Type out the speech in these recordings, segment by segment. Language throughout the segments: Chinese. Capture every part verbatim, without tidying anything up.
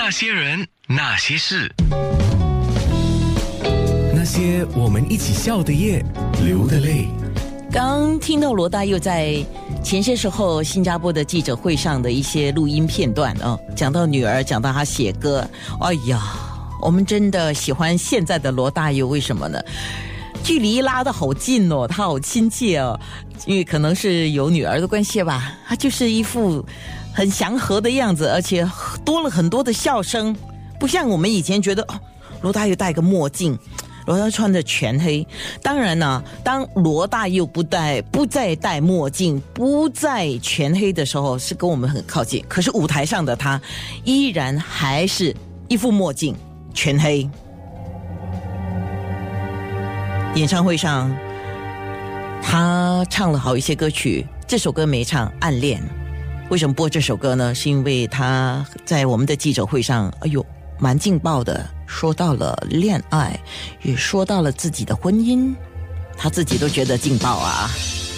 那些人，那些事， 那些我们一起笑的夜，流的泪。 刚听到罗大佑在前些时候新加坡的记者会上的一些录音片段哦，讲到女儿，讲到他写歌，哎呀，我们真的喜欢现在的罗大佑，为什么呢？距离拉得好近哦，他好亲切哦，因为可能是有女儿的关系吧，他就是一副很祥和的样子，而且多了很多的笑声，不像我们以前觉得哦，罗大佑戴个墨镜，罗大佑穿着全黑。当然呢、啊，当罗大佑不戴不再戴墨镜，不再全黑的时候，是跟我们很靠近。可是舞台上的他，依然还是一副墨镜，全黑。演唱会上，他唱了好一些歌曲，这首歌没唱，《暗恋》。为什么播这首歌呢？是因为他在我们的记者会上，哎呦，蛮劲爆的，说到了恋爱，也说到了自己的婚姻，他自己都觉得劲爆啊。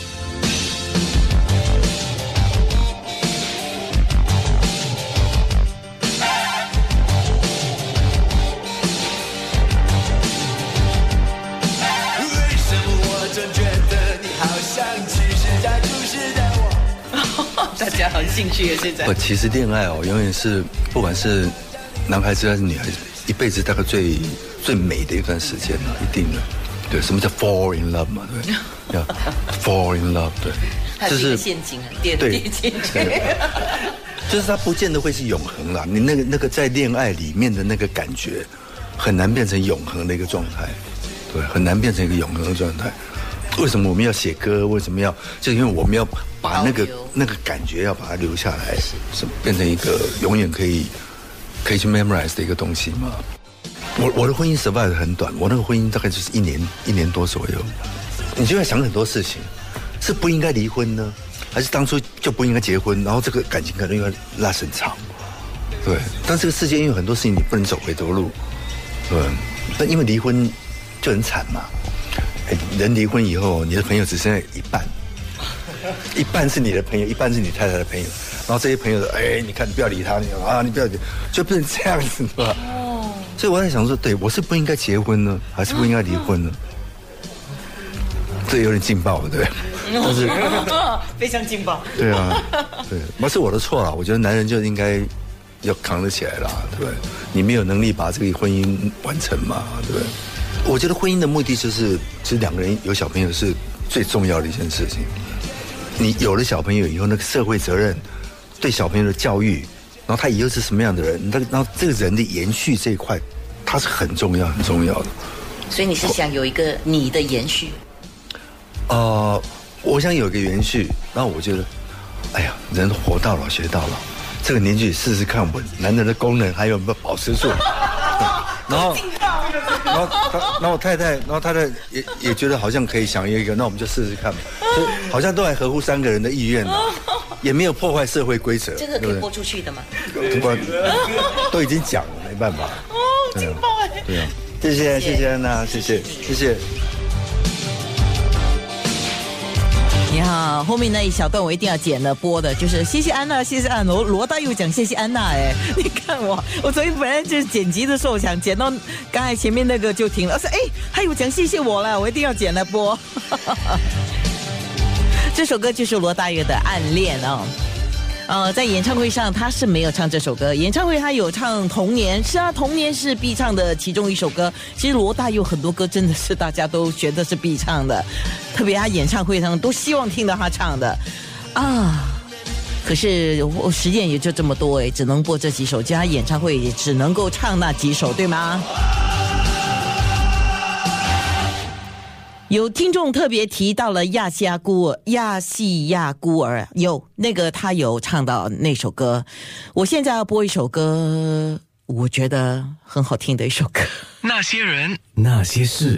大家很兴趣现在。 我其实恋爱哦，永远是不管是男孩子还是女孩子，一辈子大概最最美的一段时间啊，一定的。对，什么叫 fall in love 嘛？对，要 fall in love， 对， 它是一个陷阱，跌跌进去。 就是它不见得会是永恒啦，你那个那个在恋爱里面的那个感觉，很难变成永恒的一个状态，对，很难变成一个永恒的状态。为什么我们要写歌？为什么要？就是因为我们要把那个那个感觉要把它留下来，是变成一个永远可以可以去 memorize 的一个东西嘛。我我的婚姻 survive 很短，我那个婚姻大概就是一年一年多左右。你就在想很多事情，是不应该离婚呢，还是当初就不应该结婚？然后这个感情可能又要拉很长，对。但这个世界因为很多事情你不能走回头路，对。但因为离婚就很惨嘛。人离婚以后，你的朋友只剩下一半，一半是你的朋友，一半是你太太的朋友。然后这些朋友说：“哎，你看，你不要理他，你啊，你不要理，就变成这样子，是吧？”哦。所以我在想说，对我是不应该结婚呢，还是不应该离婚呢？这有点劲爆，对。但是非常劲爆。 对啊，对，那是我的错啦。我觉得男人就应该要扛得起来啦，对不对？你没有能力把这个婚姻完成嘛，对不对？我觉得婚姻的目的就是，其实两个人有小朋友是最重要的一件事情。你有了小朋友以后，那个社会责任、对小朋友的教育，然后他以后是什么样的人，那然后这个人的延续这一块，它是很重要、很重要的。 所以你是想有一个你的延续？ 呃，我想有一个延续，然后我觉得，哎呀，人活到老学到老，这个年纪试试看我男人的功能还有没有保持住。然后，然后他，然后我太太，然后太太也也觉得好像可以想一个，那我们就试试看嘛。所以好像都还合乎三个人的意愿嘛，也没有破坏社会规则。 这个可以播出去的吗？ 都已经讲了，没办法。 哦，劲爆哎！ 对啊，谢谢谢谢安娜，谢谢谢谢。 你好，后面那一小段我一定要剪了播的，就是谢谢安娜，谢谢安娜。罗大佑讲谢谢安娜，哎，你看我，我昨天本来就是剪辑的时候想剪到刚才前面那个就停了，我说哎，还有讲谢谢我了，我一定要剪了播。这首歌就是罗大佑的《暗恋》哦。呃，在演唱会上他是没有唱这首歌，演唱会他有唱《童年》，是啊，《童年》是必唱的其中一首歌。其实罗大佑很多歌真的是大家都觉得是必唱的，特别他演唱会上都希望听到他唱的啊。可是我时间也就这么多哎，只能播这几首，加演唱会也只能够唱那几首，对吗？有听众特别提到了亚细亚孤儿，亚细亚孤儿有那个他有唱到那首歌，我现在要播一首歌，我觉得很好听的一首歌。 那些人， 那些事。